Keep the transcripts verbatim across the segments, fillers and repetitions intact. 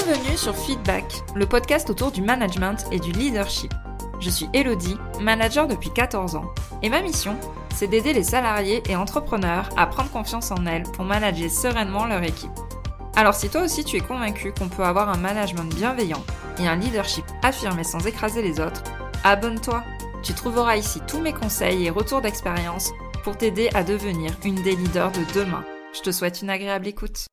Bienvenue sur Feedback, le podcast autour du management et du leadership. Je suis Elodie, manager depuis quatorze ans, et ma mission, c'est d'aider les salariés et entrepreneurs à prendre confiance en elles pour manager sereinement leur équipe. Alors si toi aussi tu es convaincu qu'on peut avoir un management bienveillant et un leadership affirmé sans écraser les autres, abonne-toi. Tu trouveras ici tous mes conseils et retours d'expérience pour t'aider à devenir une des leaders de demain. Je te souhaite une agréable écoute.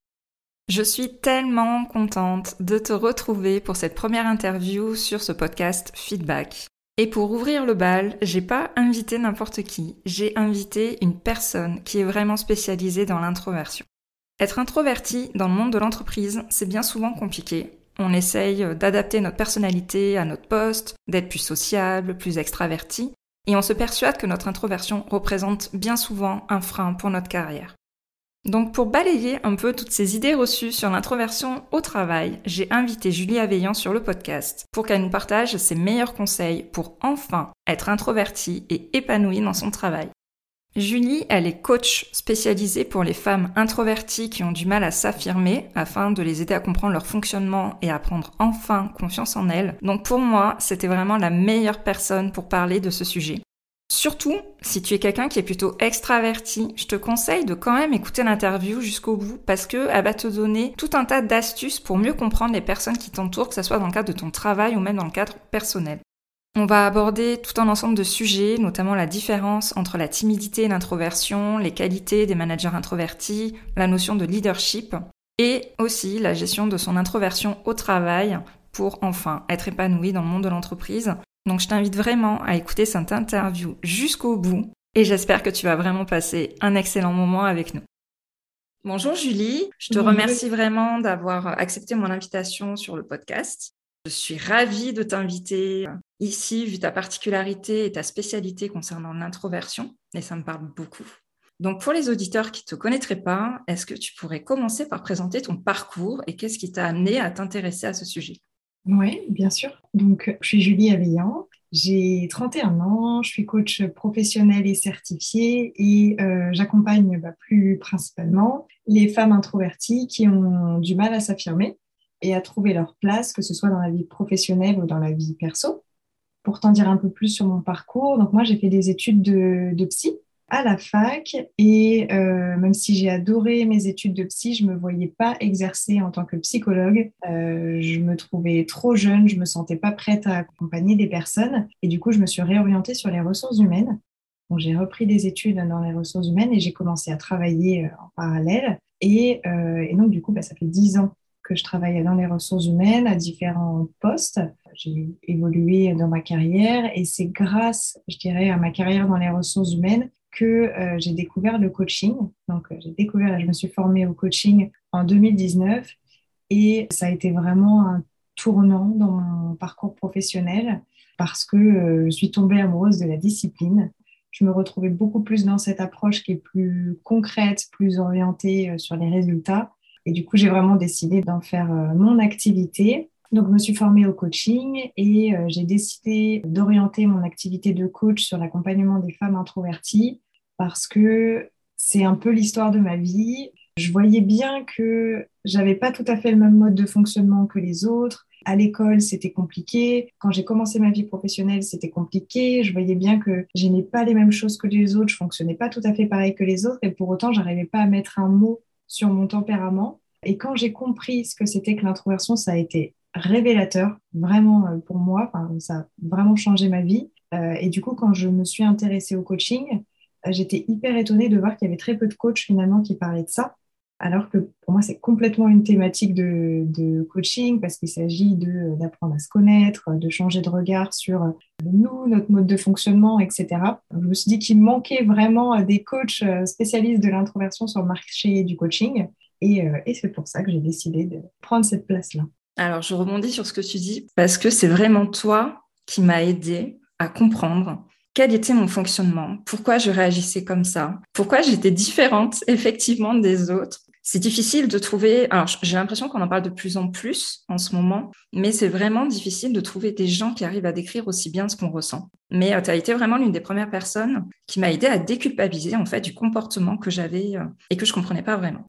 Je suis tellement contente de te retrouver pour cette première interview sur ce podcast Feedback. Et pour ouvrir le bal, j'ai pas invité n'importe qui, j'ai invité une personne qui est vraiment spécialisée dans l'introversion. Être introverti dans le monde de l'entreprise, c'est bien souvent compliqué. On essaye d'adapter notre personnalité à notre poste, d'être plus sociable, plus extraverti, et on se persuade que notre introversion représente bien souvent un frein pour notre carrière. Donc pour balayer un peu toutes ces idées reçues sur l'introversion au travail, j'ai invité Julie Aveillant sur le podcast pour qu'elle nous partage ses meilleurs conseils pour enfin être introvertie et épanouie dans son travail. Julie, elle est coach spécialisée pour les femmes introverties qui ont du mal à s'affirmer afin de les aider à comprendre leur fonctionnement et à prendre enfin confiance en elles. Donc pour moi, c'était vraiment la meilleure personne pour parler de ce sujet. Surtout, si tu es quelqu'un qui est plutôt extraverti, je te conseille de quand même écouter l'interview jusqu'au bout parce qu'elle va te donner tout un tas d'astuces pour mieux comprendre les personnes qui t'entourent, que ce soit dans le cadre de ton travail ou même dans le cadre personnel. On va aborder tout un ensemble de sujets, notamment la différence entre la timidité et l'introversion, les qualités des managers introvertis, la notion de leadership et aussi la gestion de son introversion au travail pour enfin être épanoui dans le monde de l'entreprise. Donc je t'invite vraiment à écouter cette interview jusqu'au bout et j'espère que tu vas vraiment passer un excellent moment avec nous. Bonjour Julie, je te Bonjour. remercie vraiment d'avoir accepté mon invitation sur le podcast. Je suis ravie de t'inviter ici vu ta particularité et ta spécialité concernant l'introversion et ça me parle beaucoup. Donc pour les auditeurs qui ne te connaîtraient pas, est-ce que tu pourrais commencer par présenter ton parcours et qu'est-ce qui t'a amené à t'intéresser à ce sujet ? Oui, bien sûr. Donc, je suis Julie Aveillant, j'ai trente et un ans, je suis coach professionnelle et certifiée et euh, j'accompagne bah, plus principalement les femmes introverties qui ont du mal à s'affirmer et à trouver leur place, que ce soit dans la vie professionnelle ou dans la vie perso. Pour t'en dire un peu plus sur mon parcours, donc moi j'ai fait des études de, de psy à la fac et euh, même si j'ai adoré mes études de psy, je ne me voyais pas exercer en tant que psychologue. Euh, je me trouvais trop jeune, je ne me sentais pas prête à accompagner des personnes et du coup je me suis réorientée sur les ressources humaines. Donc j'ai repris des études dans les ressources humaines et j'ai commencé à travailler euh, en parallèle et, euh, et donc du coup bah, ça fait dix ans que je travaille dans les ressources humaines à différents postes. J'ai évolué dans ma carrière et c'est grâce, je dirais, à ma carrière dans les ressources humaines que euh, j'ai découvert le coaching. Donc, euh, j'ai découvert, je me suis formée au coaching en deux mille dix-neuf et ça a été vraiment un tournant dans mon parcours professionnel parce que euh, je suis tombée amoureuse de la discipline. Je me retrouvais beaucoup plus dans cette approche qui est plus concrète, plus orientée euh, sur les résultats. Et du coup, j'ai vraiment décidé d'en faire euh, mon activité. Donc, je me suis formée au coaching et euh, j'ai décidé d'orienter mon activité de coach sur l'accompagnement des femmes introverties parce que c'est un peu l'histoire de ma vie. Je voyais bien que j'avais pas tout à fait le même mode de fonctionnement que les autres. À l'école, c'était compliqué. Quand j'ai commencé ma vie professionnelle, c'était compliqué. Je voyais bien que j'aimais pas les mêmes choses que les autres. Je fonctionnais pas tout à fait pareil que les autres et pour autant, j'arrivais pas à mettre un mot sur mon tempérament. Et quand j'ai compris ce que c'était que l'introversion, ça a été révélateur, vraiment euh, pour moi. Enfin, ça a vraiment changé ma vie. Euh, et du coup, quand je me suis intéressée au coaching, euh, j'étais hyper étonnée de voir qu'il y avait très peu de coachs finalement qui parlaient de ça. Alors que pour moi, c'est complètement une thématique de, de coaching parce qu'il s'agit de, d'apprendre à se connaître, de changer de regard sur nous, notre mode de fonctionnement, et cetera. Je me suis dit qu'il manquait vraiment des coachs spécialistes de l'introversion sur le marché du coaching. Et, euh, et c'est pour ça que j'ai décidé de prendre cette place-là. Alors, je rebondis sur ce que tu dis parce que c'est vraiment toi qui m'as aidé à comprendre quel était mon fonctionnement, pourquoi je réagissais comme ça, pourquoi j'étais différente effectivement des autres. C'est difficile de trouver, alors j'ai l'impression qu'on en parle de plus en plus en ce moment, mais c'est vraiment difficile de trouver des gens qui arrivent à décrire aussi bien ce qu'on ressent. Mais euh, tu as été vraiment l'une des premières personnes qui m'a aidé à déculpabiliser en fait du comportement que j'avais euh, et que je comprenais pas vraiment.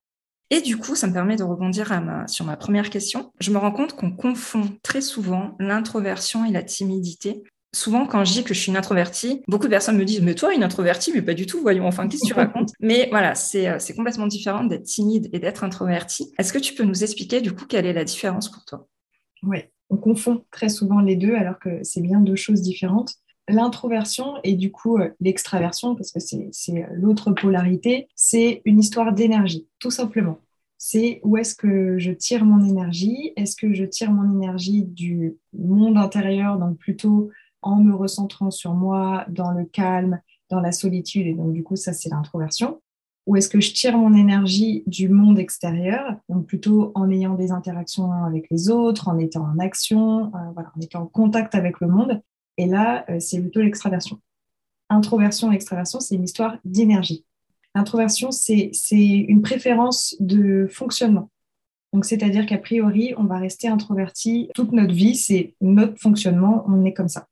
Et du coup, ça me permet de rebondir à ma, sur ma première question. Je me rends compte qu'on confond très souvent l'introversion et la timidité. Souvent, quand je dis que je suis une introvertie, beaucoup de personnes me disent « Mais toi, une introvertie, mais pas du tout, voyons, enfin, qu'est-ce que tu racontes ?» Mais voilà, c'est, c'est complètement différent d'être timide et d'être introvertie. Est-ce que tu peux nous expliquer, du coup, quelle est la différence pour toi ? Oui, on confond très souvent les deux, alors que c'est bien deux choses différentes. L'introversion et du coup euh, l'extraversion, parce que c'est, c'est l'autre polarité, c'est une histoire d'énergie, tout simplement. C'est où est-ce que je tire mon énergie? Est-ce que je tire mon énergie du monde intérieur, donc plutôt en me recentrant sur moi, dans le calme, dans la solitude, et donc du coup ça c'est l'introversion. Ou est-ce que je tire mon énergie du monde extérieur, donc plutôt en ayant des interactions avec les autres, en étant en action, euh, voilà, en étant en contact avec le monde. Et là, euh, c'est plutôt l'extraversion. Introversion et extraversion, c'est une histoire d'énergie. L'introversion, c'est, c'est une préférence de fonctionnement. Donc, c'est-à-dire qu'a priori, on va rester introverti toute notre vie, c'est notre fonctionnement, on est comme ça.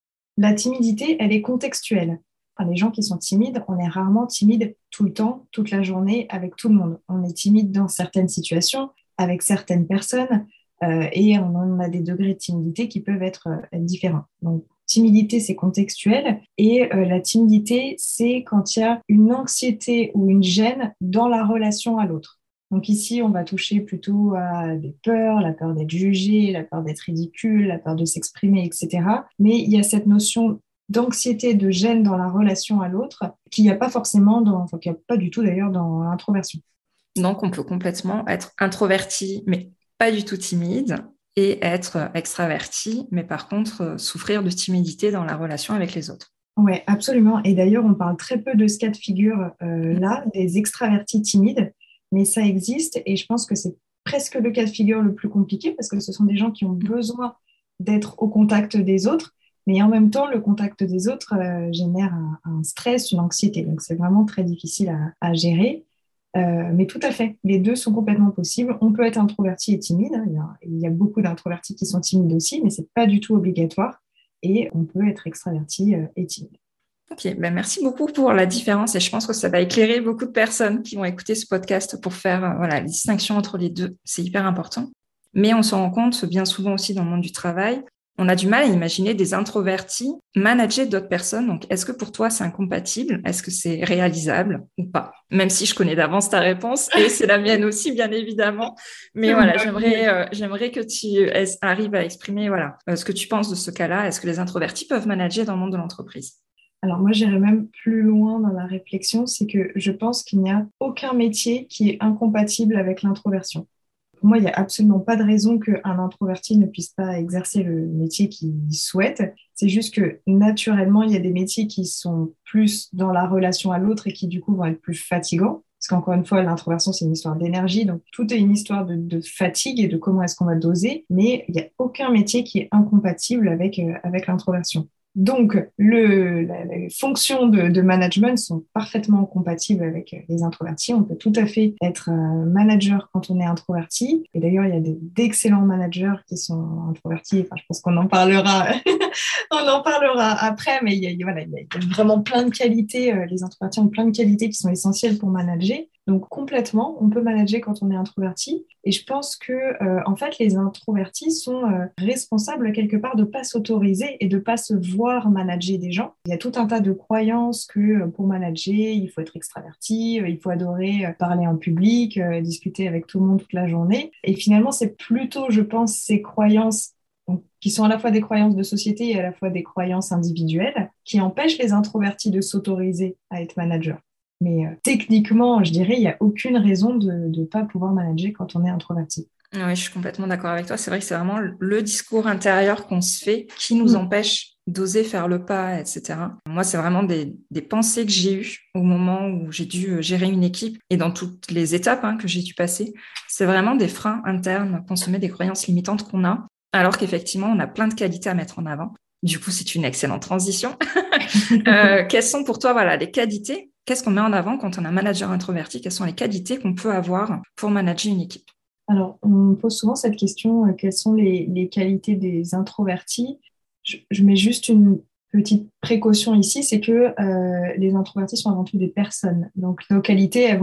La timidité, elle est contextuelle. Enfin, les gens qui sont timides, on est rarement timide tout le temps, toute la journée, avec tout le monde. On est timide dans certaines situations, avec certaines personnes, euh, et on a des degrés de timidité qui peuvent être, euh, être différents. Donc, timidité, c'est contextuel, et euh, la timidité, c'est quand il y a une anxiété ou une gêne dans la relation à l'autre. Donc ici, on va toucher plutôt à des peurs, la peur d'être jugé, la peur d'être ridicule, la peur de s'exprimer, et cetera. Mais il y a cette notion d'anxiété, de gêne dans la relation à l'autre, qu'il n'y a pas forcément, dans, enfin qu'il n'y a pas du tout d'ailleurs dans l'introversion. Donc, on peut complètement être introverti, mais pas du tout timide, et être extraverti, mais par contre, souffrir de timidité dans la relation avec les autres. Oui, absolument. Et d'ailleurs, on parle très peu de ce cas de figure-là, euh, des extravertis timides, mais ça existe, et je pense que c'est presque le cas de figure le plus compliqué, parce que ce sont des gens qui ont besoin d'être au contact des autres, mais en même temps, le contact des autres euh, génère un, un stress, une anxiété. Donc, c'est vraiment très difficile à, à gérer. Euh, mais tout à fait, les deux sont complètement possibles. On peut être introverti et timide. Il y a, il y a beaucoup d'introvertis qui sont timides aussi, mais ce n'est pas du tout obligatoire. Et on peut être extraverti euh, et timide. Ok, ben merci beaucoup pour la différence et je pense que ça va éclairer beaucoup de personnes qui vont écouter ce podcast pour faire euh, voilà, la distinction entre les deux. C'est hyper important. Mais on se rend compte bien souvent aussi dans le monde du travail, on a du mal à imaginer des introvertis manager d'autres personnes. Donc, est-ce que pour toi, c'est incompatible? Est-ce que c'est réalisable ou pas? Même si je connais d'avance ta réponse et c'est la mienne aussi, bien évidemment. Mais voilà, j'aimerais, euh, j'aimerais que tu arrives à exprimer voilà, euh, ce que tu penses de ce cas-là. Est-ce que les introvertis peuvent manager dans le monde de l'entreprise? Alors moi, j'irais même plus loin dans la réflexion, c'est que je pense qu'il n'y a aucun métier qui est incompatible avec l'introversion. Pour moi, il n'y a absolument pas de raison qu'un introverti ne puisse pas exercer le métier qu'il souhaite. C'est juste que naturellement, il y a des métiers qui sont plus dans la relation à l'autre et qui du coup vont être plus fatigants. Parce qu'encore une fois, l'introversion, c'est une histoire d'énergie. Donc, tout est une histoire de, de fatigue et de comment est-ce qu'on va doser. Mais il n'y a aucun métier qui est incompatible avec, euh, avec l'introversion. Donc, le, la, les fonctions de, de management sont parfaitement compatibles avec les introvertis. On peut tout à fait être manager quand on est introverti. Et d'ailleurs, il y a des, d'excellents managers qui sont introvertis. Enfin, je pense qu'on en parlera, on en parlera après. Mais il y a, voilà, il y a vraiment plein de qualités. Les introvertis ont plein de qualités qui sont essentielles pour manager. Donc, complètement, on peut manager quand on est introverti. Et je pense que, euh, en fait, les introvertis sont euh, responsables quelque part de ne pas s'autoriser et de ne pas se voir manager des gens. Il y a tout un tas de croyances que euh, pour manager, il faut être extraverti, euh, il faut adorer euh, parler en public, euh, discuter avec tout le monde toute la journée. Et finalement, c'est plutôt, je pense, ces croyances donc, qui sont à la fois des croyances de société et à la fois des croyances individuelles, qui empêchent les introvertis de s'autoriser à être manager. Mais euh, techniquement, je dirais, il n'y a aucune raison de ne pas pouvoir manager quand on est introverti. Oui, je suis complètement d'accord avec toi. C'est vrai que c'est vraiment le discours intérieur qu'on se fait qui nous mmh. empêche d'oser faire le pas, et cetera. Moi, c'est vraiment des, des pensées que j'ai eues au moment où j'ai dû gérer une équipe et dans toutes les étapes hein, que j'ai dû passer. C'est vraiment des freins internes qu'on se met, des croyances limitantes qu'on a, alors qu'effectivement, on a plein de qualités à mettre en avant. Du coup, c'est une excellente transition. euh, quelles sont pour toi voilà, les qualités? Qu'est-ce qu'on met en avant quand on est un manager introverti? Quelles sont les qualités qu'on peut avoir pour manager une équipe? Alors, on me pose souvent cette question, euh, quelles sont les, les qualités des introvertis? je, je mets juste une petite précaution ici, c'est que euh, les introvertis sont avant tout des personnes. Donc, nos qualités, elles vont être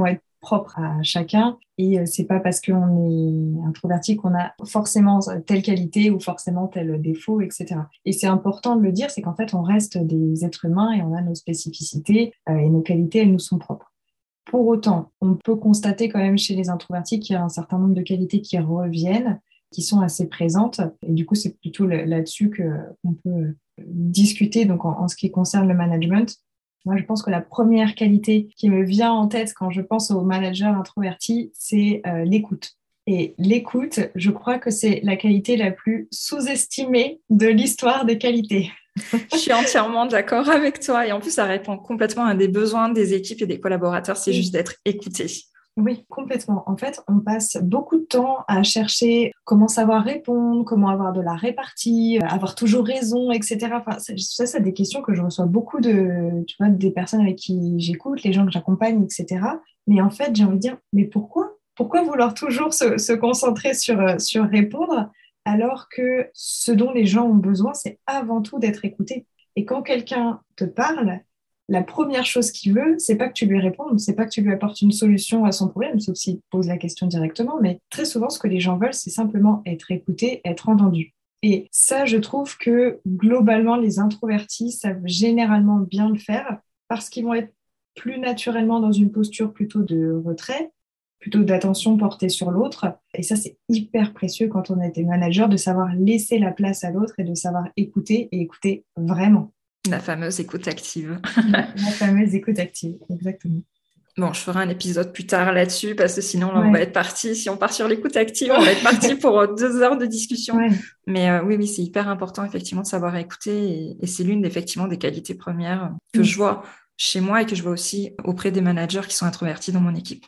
propre à chacun. Et euh, c'est pas parce qu'on est introverti qu'on a forcément telle qualité ou forcément tel défaut, et cetera. Et c'est important de le dire, c'est qu'en fait, on reste des êtres humains et on a nos spécificités euh, et nos qualités, elles nous sont propres. Pour autant, on peut constater quand même chez les introvertis qu'il y a un certain nombre de qualités qui reviennent, qui sont assez présentes. Et du coup, c'est plutôt là-dessus que, qu'on peut discuter donc en, en ce qui concerne le management. Moi, je pense que la première qualité qui me vient en tête quand je pense aux managers introvertis, c'est euh, l'écoute. Et l'écoute, je crois que c'est la qualité la plus sous-estimée de l'histoire des qualités. Je suis entièrement d'accord avec toi. Et en plus, ça répond complètement à des besoins des équipes et des collaborateurs. C'est Oui. juste d'être écouté. Oui, complètement. En fait, on passe beaucoup de temps à chercher comment savoir répondre, comment avoir de la répartie, avoir toujours raison, et cetera. Enfin, ça, c'est des questions que je reçois beaucoup de, tu vois, des personnes avec qui j'écoute, les gens que j'accompagne, et cetera. Mais en fait, j'ai envie de dire, mais pourquoi? Pourquoi vouloir toujours se, se concentrer sur, sur répondre alors que ce dont les gens ont besoin, c'est avant tout d'être écouté. Et quand quelqu'un te parle, la première chose qu'il veut, c'est pas que tu lui répondes, c'est pas que tu lui apportes une solution à son problème, sauf s'il pose la question directement, mais très souvent, ce que les gens veulent, c'est simplement être écoutés, être entendus. Et ça, je trouve que globalement, les introvertis savent généralement bien le faire parce qu'ils vont être plus naturellement dans une posture plutôt de retrait, plutôt d'attention portée sur l'autre. Et ça, c'est hyper précieux quand on est des managers, de savoir laisser la place à l'autre et de savoir écouter et écouter vraiment. La fameuse écoute active. La, la fameuse écoute active, exactement. Bon, je ferai un épisode plus tard là-dessus parce que sinon, là, ouais. on va être parti. Si on part sur l'écoute active, on va être parti pour deux heures de discussion. Ouais. Mais euh, oui, oui, c'est hyper important, effectivement, de savoir écouter. Et, et c'est l'une, effectivement, des qualités premières que mmh. je vois chez moi et que je vois aussi auprès des managers qui sont introvertis dans mon équipe.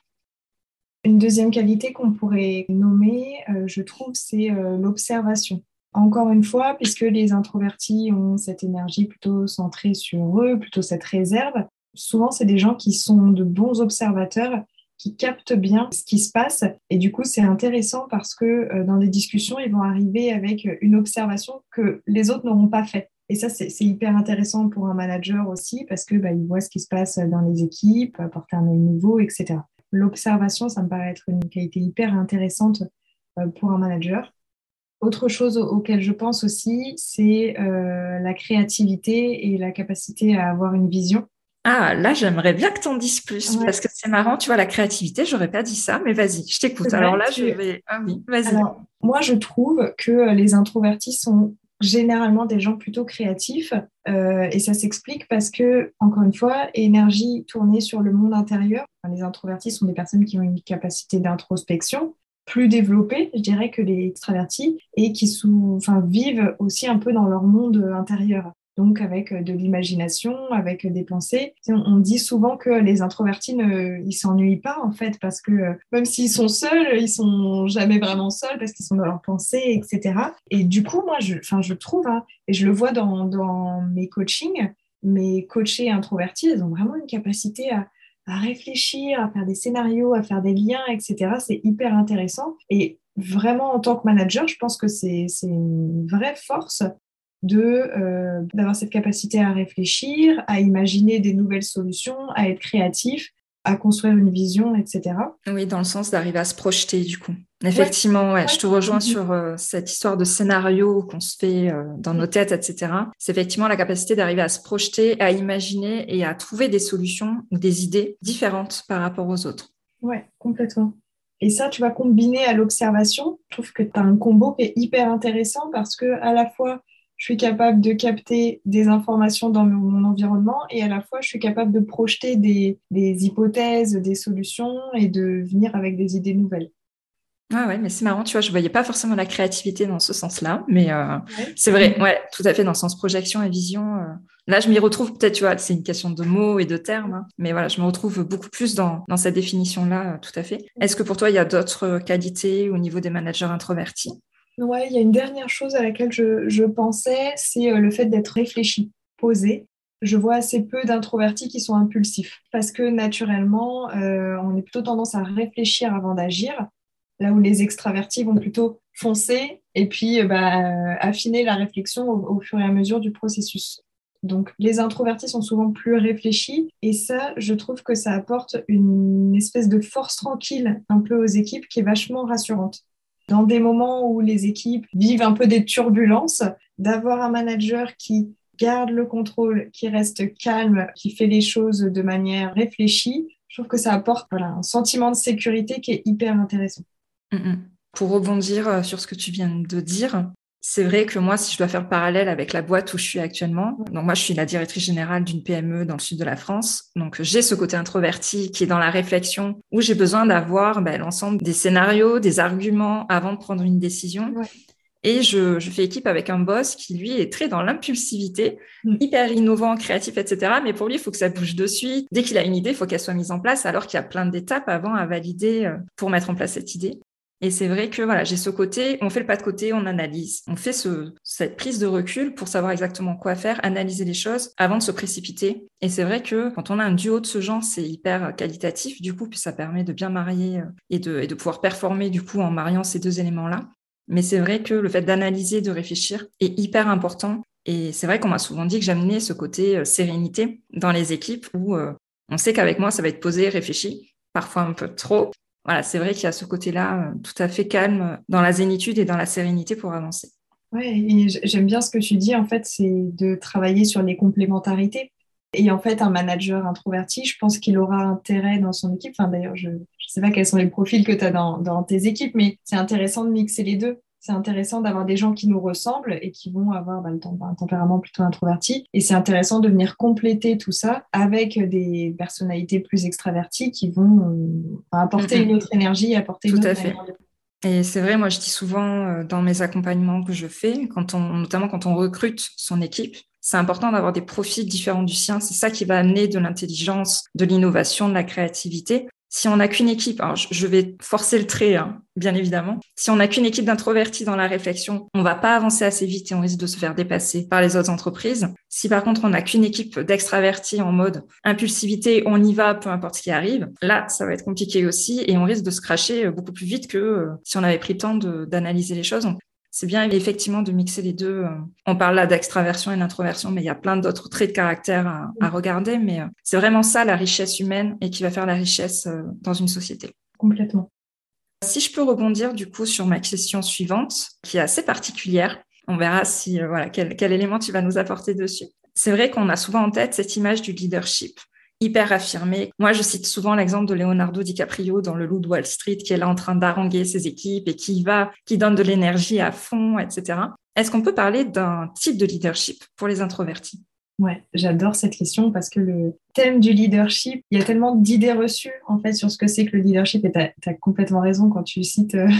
Une deuxième qualité qu'on pourrait nommer, euh, je trouve, c'est euh, l'observation. Encore une fois, puisque les introvertis ont cette énergie plutôt centrée sur eux, plutôt cette réserve, souvent, c'est des gens qui sont de bons observateurs, qui captent bien ce qui se passe. Et du coup, c'est intéressant parce que euh, dans des discussions, ils vont arriver avec une observation que les autres n'auront pas faite. Et ça, c'est, c'est hyper intéressant pour un manager aussi parce que bah, il voit ce qui se passe dans les équipes, apporter un œil nouveau, et cetera. L'observation, ça me paraît être une qualité hyper intéressante euh, pour un manager. Autre chose auquel je pense aussi, c'est euh, la créativité et la capacité à avoir une vision. Ah, là, j'aimerais bien que tu en dises plus, ouais. Parce que c'est marrant, tu vois, la créativité, j'aurais pas dit ça, mais vas-y, je t'écoute. Alors là, tu... je vais... Ah oui, vas-y. Alors, moi, je trouve que les introvertis sont généralement des gens plutôt créatifs euh, et ça s'explique parce que, encore une fois, énergie tournée sur le monde intérieur. Enfin, les introvertis sont des personnes qui ont une capacité d'introspection plus développée, je dirais, que les extravertis et qui sous, enfin, vivent aussi un peu dans leur monde intérieur. Donc avec de l'imagination, avec des pensées. On dit souvent que les introvertis ne ils s'ennuient pas en fait parce que même s'ils sont seuls, ils sont jamais vraiment seuls parce qu'ils sont dans leurs pensées, et cetera. Et du coup, moi, je, enfin, je trouve, hein, et je le vois dans, dans mes coachings, mes coachés introvertis, ils ont vraiment une capacité à, à réfléchir, à faire des scénarios, à faire des liens, et cetera. C'est hyper intéressant. Et vraiment, en tant que manager, je pense que c'est, c'est une vraie force de, euh, d'avoir cette capacité à réfléchir, à imaginer des nouvelles solutions, à être créatif, à construire une vision, et cetera. Oui, dans le sens d'arriver à se projeter, du coup. Effectivement, ouais, ouais, je te rejoins mm-hmm. sur euh, cette histoire de scénario qu'on se fait euh, dans nos têtes, et cetera. C'est effectivement la capacité d'arriver à se projeter, à imaginer et à trouver des solutions ou des idées différentes par rapport aux autres. Ouais, complètement. Et ça, tu vas combiner à l'observation. Je trouve que tu as un combo qui est hyper intéressant parce que à la fois, je suis capable de capter des informations dans mon, mon environnement et à la fois, je suis capable de projeter des, des hypothèses, des solutions et de venir avec des idées nouvelles. Ah ouais, mais c'est marrant, tu vois, je voyais pas forcément la créativité dans ce sens-là, mais euh, ouais. C'est vrai, ouais, tout à fait, dans le sens projection et vision. Euh, là, je m'y retrouve peut-être, tu vois, c'est une question de mots et de termes, hein, mais voilà, je me retrouve beaucoup plus dans, dans cette définition-là, euh, tout à fait. Est-ce que pour toi, il y a d'autres qualités au niveau des managers introvertis ? Ouais, il y a une dernière chose à laquelle je, je pensais, c'est le fait d'être réfléchi, posé. Je vois assez peu d'introvertis qui sont impulsifs parce que naturellement, euh, on est plutôt tendance à réfléchir avant d'agir, là où les extravertis vont plutôt foncer et puis bah, affiner la réflexion au, au fur et à mesure du processus. Donc, les introvertis sont souvent plus réfléchis et ça, je trouve que ça apporte une espèce de force tranquille un peu aux équipes qui est vachement rassurante. Dans des moments où les équipes vivent un peu des turbulences, d'avoir un manager qui garde le contrôle, qui reste calme, qui fait les choses de manière réfléchie, je trouve que ça apporte voilà, un sentiment de sécurité qui est hyper intéressant. Mmh. Pour rebondir sur ce que tu viens de dire, c'est vrai que moi, si je dois faire le parallèle avec la boîte où je suis actuellement, donc moi, je suis la directrice générale d'une P M E dans le sud de la France. Donc, j'ai ce côté introverti qui est dans la réflexion où j'ai besoin d'avoir ben, l'ensemble des scénarios, des arguments avant de prendre une décision. Ouais. Et je, je fais équipe avec un boss qui, lui, est très dans l'impulsivité, mmh. hyper innovant, créatif, et cetera. Mais pour lui, il faut que ça bouge de suite. Dès qu'il a une idée, il faut qu'elle soit mise en place, alors qu'il y a plein d'étapes avant à valider pour mettre en place cette idée. Et c'est vrai que voilà, j'ai ce côté, on fait le pas de côté, on analyse. On fait ce, cette prise de recul pour savoir exactement quoi faire, analyser les choses avant de se précipiter. Et c'est vrai que quand on a un duo de ce genre, c'est hyper qualitatif, du coup, puis ça permet de bien marier et de, et de pouvoir performer, du coup, en mariant ces deux éléments-là. Mais c'est vrai que le fait d'analyser, de réfléchir est hyper important. Et c'est vrai qu'on m'a souvent dit que j'amenais ce côté euh, sérénité dans les équipes où euh, on sait qu'avec moi, ça va être posé, réfléchi, parfois un peu trop. Voilà, c'est vrai qu'il y a ce côté-là euh, tout à fait calme dans la zénitude et dans la sérénité pour avancer. Oui, et j'aime bien ce que tu dis, en fait, c'est de travailler sur les complémentarités. Et en fait, un manager introverti, je pense qu'il aura intérêt dans son équipe. Enfin, d'ailleurs, je ne sais pas quels sont les profils que tu as dans, dans tes équipes, mais c'est intéressant de mixer les deux. C'est intéressant d'avoir des gens qui nous ressemblent et qui vont avoir bah, un tempérament plutôt introverti. Et c'est intéressant de venir compléter tout ça avec des personnalités plus extraverties qui vont euh, apporter mmh, une autre énergie, apporter tout une autre à fait. manière de... Et c'est vrai, moi, je dis souvent euh, dans mes accompagnements que je fais, quand on, notamment quand on recrute son équipe, c'est important d'avoir des profils différents du sien. C'est ça qui va amener de l'intelligence, de l'innovation, de la créativité. Si on n'a qu'une équipe, alors je vais forcer le trait, hein, bien évidemment. Si on n'a qu'une équipe d'introvertis dans la réflexion, on va pas avancer assez vite et on risque de se faire dépasser par les autres entreprises. Si par contre on n'a qu'une équipe d'extravertis en mode impulsivité, on y va, peu importe ce qui arrive, là ça va être compliqué aussi et on risque de se cracher beaucoup plus vite que euh, si on avait pris le temps de, d'analyser les choses. Donc, c'est bien effectivement de mixer les deux. On parle là d'extraversion et d'introversion, mais il y a plein d'autres traits de caractère à, à regarder. Mais c'est vraiment ça, la richesse humaine et qui va faire la richesse dans une société. Complètement. Si je peux rebondir du coup sur ma question suivante, qui est assez particulière, on verra si, euh, voilà, quel, quel élément tu vas nous apporter dessus. C'est vrai qu'on a souvent en tête cette image du leadership hyper affirmé. Moi, je cite souvent l'exemple de Leonardo DiCaprio dans Le Loup de Wall Street, qui est là en train d'haranguer ses équipes et qui va, qui donne de l'énergie à fond, et cetera. Est-ce qu'on peut parler d'un type de leadership pour les introvertis ? Ouais, j'adore cette question parce que le thème du leadership, il y a tellement d'idées reçues en fait sur ce que c'est que le leadership et tu as complètement raison quand tu cites euh,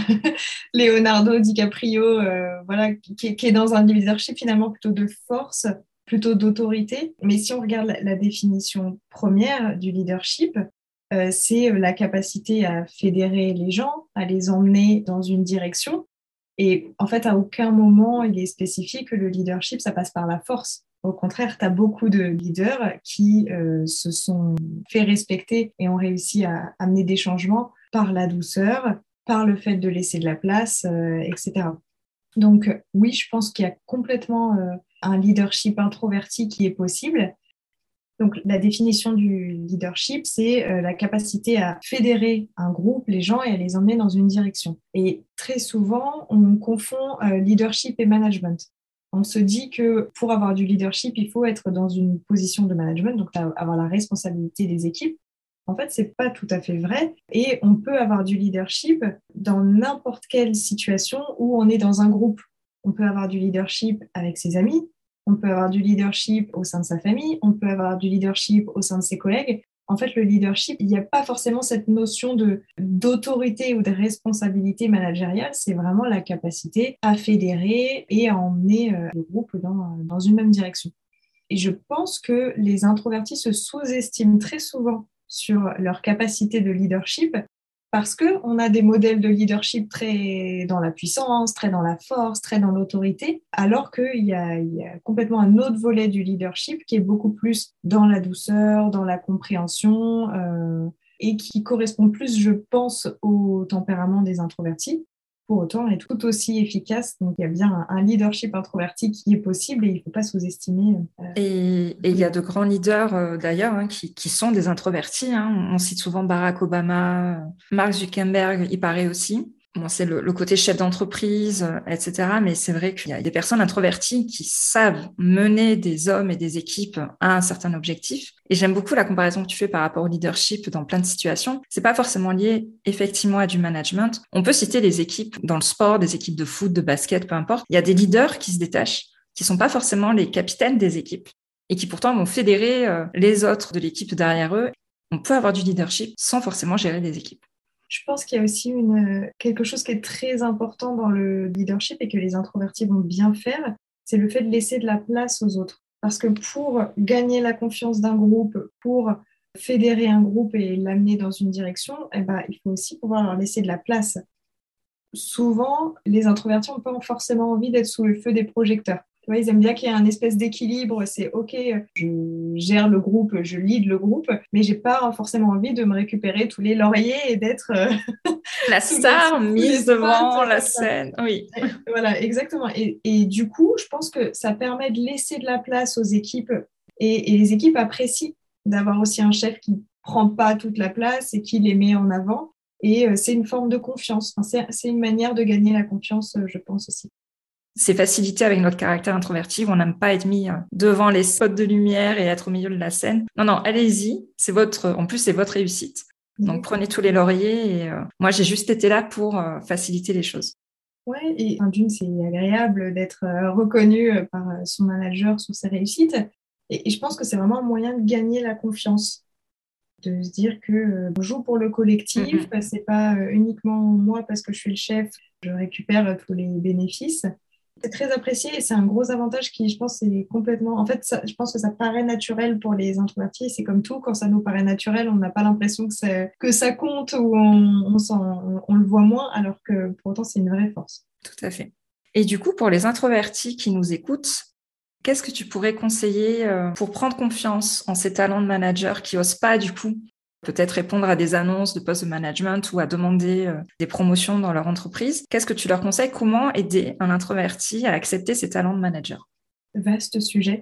Leonardo DiCaprio, euh, voilà, qui, qui est dans un leadership finalement plutôt de force, plutôt d'autorité. Mais si on regarde la, la définition première du leadership, euh, c'est la capacité à fédérer les gens, à les emmener dans une direction. Et en fait, à aucun moment, il est spécifié que le leadership, ça passe par la force. Au contraire, tu as beaucoup de leaders qui euh, se sont fait respecter et ont réussi à amener des changements par la douceur, par le fait de laisser de la place, euh, et cetera. Donc oui, je pense qu'il y a complètement euh, un leadership introverti qui est possible. Donc la définition du leadership, c'est euh, la capacité à fédérer un groupe, les gens, et à les emmener dans une direction. Et très souvent, on confond euh, leadership et management. On se dit que pour avoir du leadership, il faut être dans une position de management, donc avoir la responsabilité des équipes. En fait, c'est pas tout à fait vrai. Et on peut avoir du leadership dans n'importe quelle situation où on est dans un groupe. On peut avoir du leadership avec ses amis, on peut avoir du leadership au sein de sa famille, on peut avoir du leadership au sein de ses collègues. En fait, le leadership, il n'y a pas forcément cette notion de, d'autorité ou de responsabilité managériale, c'est vraiment la capacité à fédérer et à emmener euh, le groupe dans, dans une même direction. Et je pense que les introvertis se sous-estiment très souvent sur leur capacité de leadership parce qu'on a des modèles de leadership très dans la puissance, très dans la force, très dans l'autorité, alors qu'il y a, il y a complètement un autre volet du leadership qui est beaucoup plus dans la douceur, dans la compréhension, euh, et qui correspond plus, je pense, au tempérament des introvertis. pour autant est tout aussi efficace. Donc, il y a bien un, un leadership introverti qui est possible et il ne faut pas sous-estimer. Euh, et il y a de grands leaders, euh, d'ailleurs, hein, qui, qui sont des introvertis. Hein. On cite souvent Barack Obama, Mark Zuckerberg, il paraît aussi. Bon, c'est le, le côté chef d'entreprise, euh, et cetera. Mais c'est vrai qu'il y a des personnes introverties qui savent mener des hommes et des équipes à un certain objectif. Et j'aime beaucoup la comparaison que tu fais par rapport au leadership dans plein de situations. C'est pas forcément lié effectivement à du management. On peut citer les équipes dans le sport, des équipes de foot, de basket, peu importe. Il y a des leaders qui se détachent, qui sont pas forcément les capitaines des équipes et qui pourtant vont fédérer euh, les autres de l'équipe derrière eux. On peut avoir du leadership sans forcément gérer des équipes. Je pense qu'il y a aussi une, quelque chose qui est très important dans le leadership et que les introvertis vont bien faire, c'est le fait de laisser de la place aux autres. Parce que pour gagner la confiance d'un groupe, pour fédérer un groupe et l'amener dans une direction, eh ben, il faut aussi pouvoir leur laisser de la place. Souvent, les introvertis n'ont pas forcément envie d'être sous le feu des projecteurs. Tu vois, ils aiment bien qu'il y ait un espèce d'équilibre. C'est OK, je gère le groupe, je lead le groupe, mais j'ai pas forcément envie de me récupérer tous les lauriers et d'être euh, la star les, mise les devant la spots, scène. Oui. Voilà, exactement. Et, et du coup, je pense que ça permet de laisser de la place aux équipes et, et les équipes apprécient d'avoir aussi un chef qui prend pas toute la place et qui les met en avant. Et euh, c'est une forme de confiance. Enfin, c'est, c'est une manière de gagner la confiance, euh, je pense aussi. C'est facilité avec notre caractère introverti. On n'aime pas être mis devant les spots de lumière et être au milieu de la scène. Non, non, allez-y. C'est votre, en plus, c'est votre réussite. Donc, prenez tous les lauriers. Et euh, moi, j'ai juste été là pour euh, faciliter les choses. Ouais, et enfin, d'une, c'est agréable d'être euh, reconnu euh, par euh, son manager sur ses réussites. Et, et je pense que c'est vraiment un moyen de gagner la confiance. De se dire que euh, je joue pour le collectif, Mm-hmm. c'est pas euh, uniquement moi parce que je suis le chef, je récupère euh, tous les bénéfices. C'est très apprécié et c'est un gros avantage qui, je pense, est complètement. En fait, ça, je pense que ça paraît naturel pour les introvertis. C'est comme tout, quand ça nous paraît naturel, on n'a pas l'impression que ça, que ça compte ou on, on, on, on le voit moins, alors que pour autant, c'est une vraie force. Tout à fait. Et du coup, pour les introvertis qui nous écoutent, qu'est-ce que tu pourrais conseiller euh, pour prendre confiance en ces talents de manager qui n'osent pas, du coup, peut-être répondre à des annonces de postes de management ou à demander euh, des promotions dans leur entreprise? Qu'est-ce que tu leur conseilles? Comment aider un introverti à accepter ses talents de manager? Vaste sujet.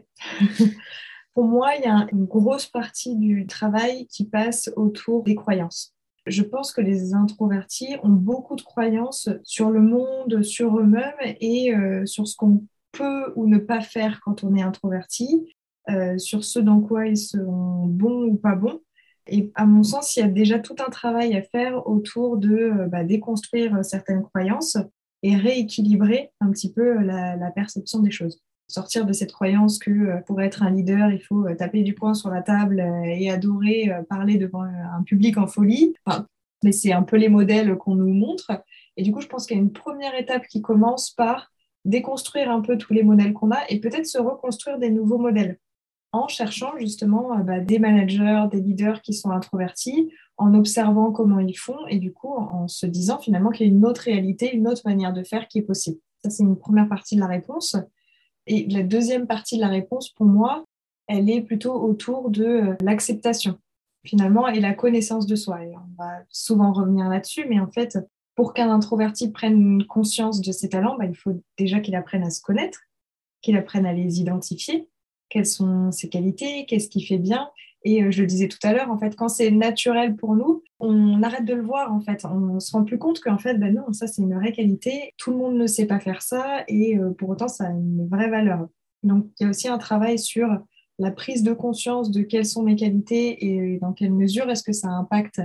Pour moi, il y a une grosse partie du travail qui passe autour des croyances. Je pense que les introvertis ont beaucoup de croyances sur le monde, sur eux-mêmes et euh, sur ce qu'on peut ou ne pas faire quand on est introverti, euh, sur ce dans quoi ils sont bons ou pas bons. Et à mon sens, il y a déjà tout un travail à faire autour de euh, bah, déconstruire certaines croyances et rééquilibrer un petit peu la, la perception des choses. Sortir de cette croyance que euh, pour être un leader, il faut euh, taper du poing sur la table euh, et adorer euh, parler devant euh, un public en folie. Enfin, mais c'est un peu les modèles qu'on nous montre. Et du coup, je pense qu'il y a une première étape qui commence par déconstruire un peu tous les modèles qu'on a et peut-être se reconstruire des nouveaux modèles en cherchant justement euh, bah, des managers, des leaders qui sont introvertis, en observant comment ils font et du coup en se disant finalement qu'il y a une autre réalité, une autre manière de faire qui est possible. Ça, c'est une première partie de la réponse. Et la deuxième partie de la réponse, pour moi, elle est plutôt autour de euh, l'acceptation, finalement, et la connaissance de soi. Et on va souvent revenir là-dessus, mais en fait, pour qu'un introverti prenne conscience de ses talents, bah, il faut déjà qu'il apprenne à se connaître, qu'il apprenne à les identifier, quelles sont ses qualités, qu'est-ce qu'il fait bien. Et euh, je le disais tout à l'heure, en fait, quand c'est naturel pour nous, on arrête de le voir, en fait. On ne se rend plus compte qu'en fait, ben non, ça, c'est une vraie qualité. Tout le monde ne sait pas faire ça et euh, pour autant, ça a une vraie valeur. Donc, il y a aussi un travail sur la prise de conscience de quelles sont mes qualités et dans quelle mesure est-ce que ça impacte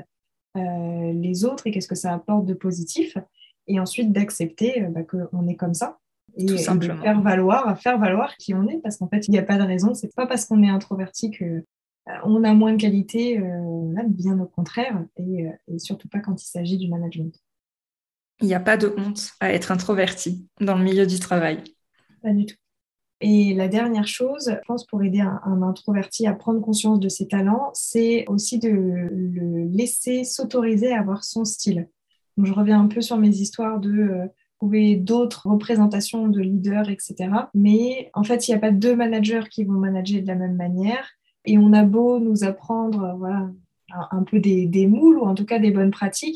euh, les autres et qu'est-ce que ça apporte de positif. Et ensuite, d'accepter euh, bah, qu'on est comme ça. Et, Tout et de simplement. faire valoir, faire valoir qui on est, parce qu'en fait, il n'y a pas de raison. C'est pas parce qu'on est introverti que euh, on a moins de qualité, euh, là, bien au contraire, et, euh, et surtout pas quand il s'agit du management. Il n'y a pas de honte à être introverti dans le milieu du travail. Pas du tout. Et la dernière chose, je pense, pour aider un, un introverti à prendre conscience de ses talents, c'est aussi de le laisser s'autoriser à avoir son style. Donc, je reviens un peu sur mes histoires de euh, trouver d'autres représentations de leaders, et cetera. Mais en fait, il n'y a pas deux managers qui vont manager de la même manière. Et on a beau nous apprendre voilà, un, un peu des, des moules ou en tout cas des bonnes pratiques.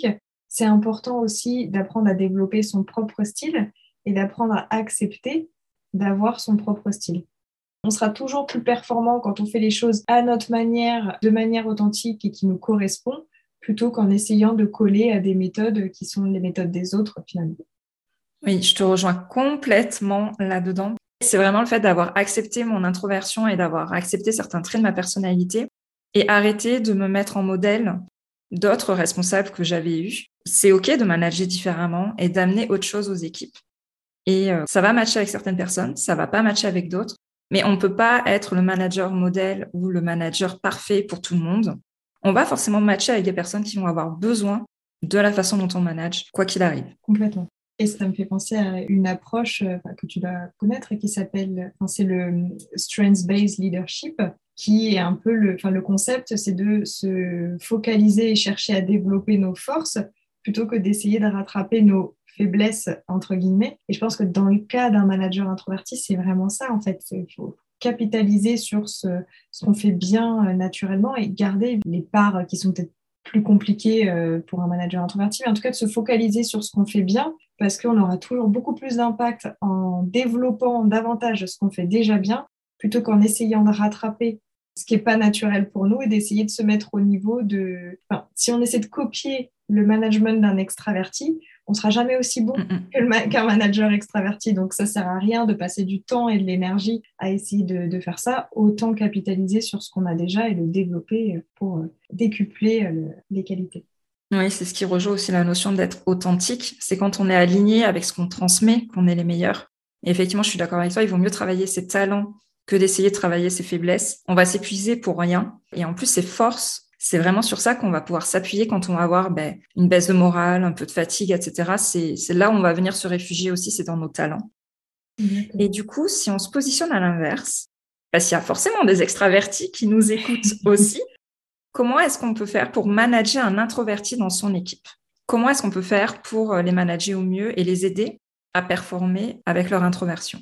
c'est important aussi d'apprendre à développer son propre style et d'apprendre à accepter d'avoir son propre style. On sera toujours plus performant quand on fait les choses à notre manière, de manière authentique et qui nous correspond, plutôt qu'en essayant de coller à des méthodes qui sont les méthodes des autres finalement. Oui, je te rejoins complètement là-dedans. C'est vraiment le fait d'avoir accepté mon introversion et d'avoir accepté certains traits de ma personnalité et arrêter de me mettre en modèle d'autres responsables que j'avais eus. C'est OK de manager différemment et d'amener autre chose aux équipes. Et euh, ça va matcher avec certaines personnes, ça va pas matcher avec d'autres, mais on ne peut pas être le manager modèle ou le manager parfait pour tout le monde. On va forcément matcher avec des personnes qui vont avoir besoin de la façon dont on manage, quoi qu'il arrive. Complètement. Et ça me fait penser à une approche euh, que tu dois connaître et qui s'appelle, enfin, c'est le Strengths-Based Leadership, qui est un peu le, enfin, le concept, c'est de se focaliser et chercher à développer nos forces plutôt que d'essayer de rattraper nos faiblesses, entre guillemets. Et je pense que dans le cas d'un manager introverti, c'est vraiment ça, en fait. Il faut capitaliser sur ce, ce qu'on fait bien euh, naturellement et garder les parts qui sont peut-être plus compliquées euh, pour un manager introverti, mais en tout cas de se focaliser sur ce qu'on fait bien, parce qu'on aura toujours beaucoup plus d'impact en développant davantage ce qu'on fait déjà bien, plutôt qu'en essayant de rattraper ce qui n'est pas naturel pour nous et d'essayer de se mettre au niveau de... Enfin, si on essaie de copier le management d'un extraverti, on ne sera jamais aussi bon que le ma- qu'un manager extraverti. Donc, ça ne sert à rien de passer du temps et de l'énergie à essayer de, de faire ça. Autant capitaliser sur ce qu'on a déjà et le développer pour décupler le, les qualités. Oui, c'est ce qui rejoint aussi la notion d'être authentique. C'est quand on est aligné avec ce qu'on transmet qu'on est les meilleurs. Et effectivement, je suis d'accord avec toi, il vaut mieux travailler ses talents que d'essayer de travailler ses faiblesses. On va s'épuiser pour rien. Et en plus, ses forces, c'est vraiment sur ça qu'on va pouvoir s'appuyer quand on va avoir ben, une baisse de morale, un peu de fatigue, et cetera. C'est, c'est là où on va venir se réfugier aussi, c'est dans nos talents. D'accord. Et du coup, si on se positionne à l'inverse, parce qu'il y a forcément des extravertis qui nous écoutent aussi, comment est-ce qu'on peut faire pour manager un introverti dans son équipe? Comment est-ce qu'on peut faire pour les manager au mieux et les aider à performer avec leur introversion?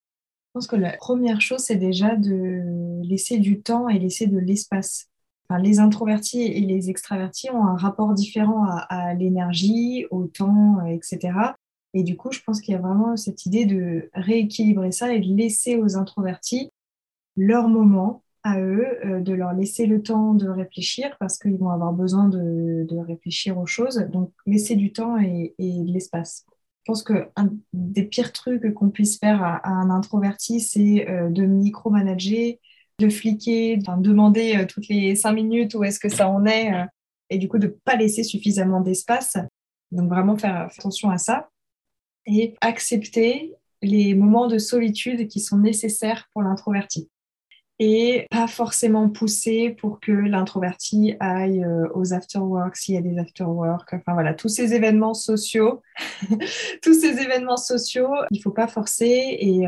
Je pense que la première chose, c'est déjà de laisser du temps et laisser de l'espace. Enfin, les introvertis et les extravertis ont un rapport différent à, à l'énergie, au temps, et cetera. Et du coup, je pense qu'il y a vraiment cette idée de rééquilibrer ça et de laisser aux introvertis leur moment à eux, euh, de leur laisser le temps de réfléchir parce qu'ils vont avoir besoin de, de réfléchir aux choses. Donc, laisser du temps et, et de l'espace. Je pense qu'un des pires trucs qu'on puisse faire à, à un introverti, c'est euh, de micromanager, de fliquer, de demander euh, toutes les cinq minutes où est-ce que ça en est, euh, et du coup de ne pas laisser suffisamment d'espace. Donc vraiment faire attention à ça et accepter les moments de solitude qui sont nécessaires pour l'introverti. Et pas forcément pousser pour que l'introverti aille euh, aux afterworks s'il y a des afterworks. Enfin voilà, tous ces événements sociaux, tous ces événements sociaux, il faut pas forcer. Et,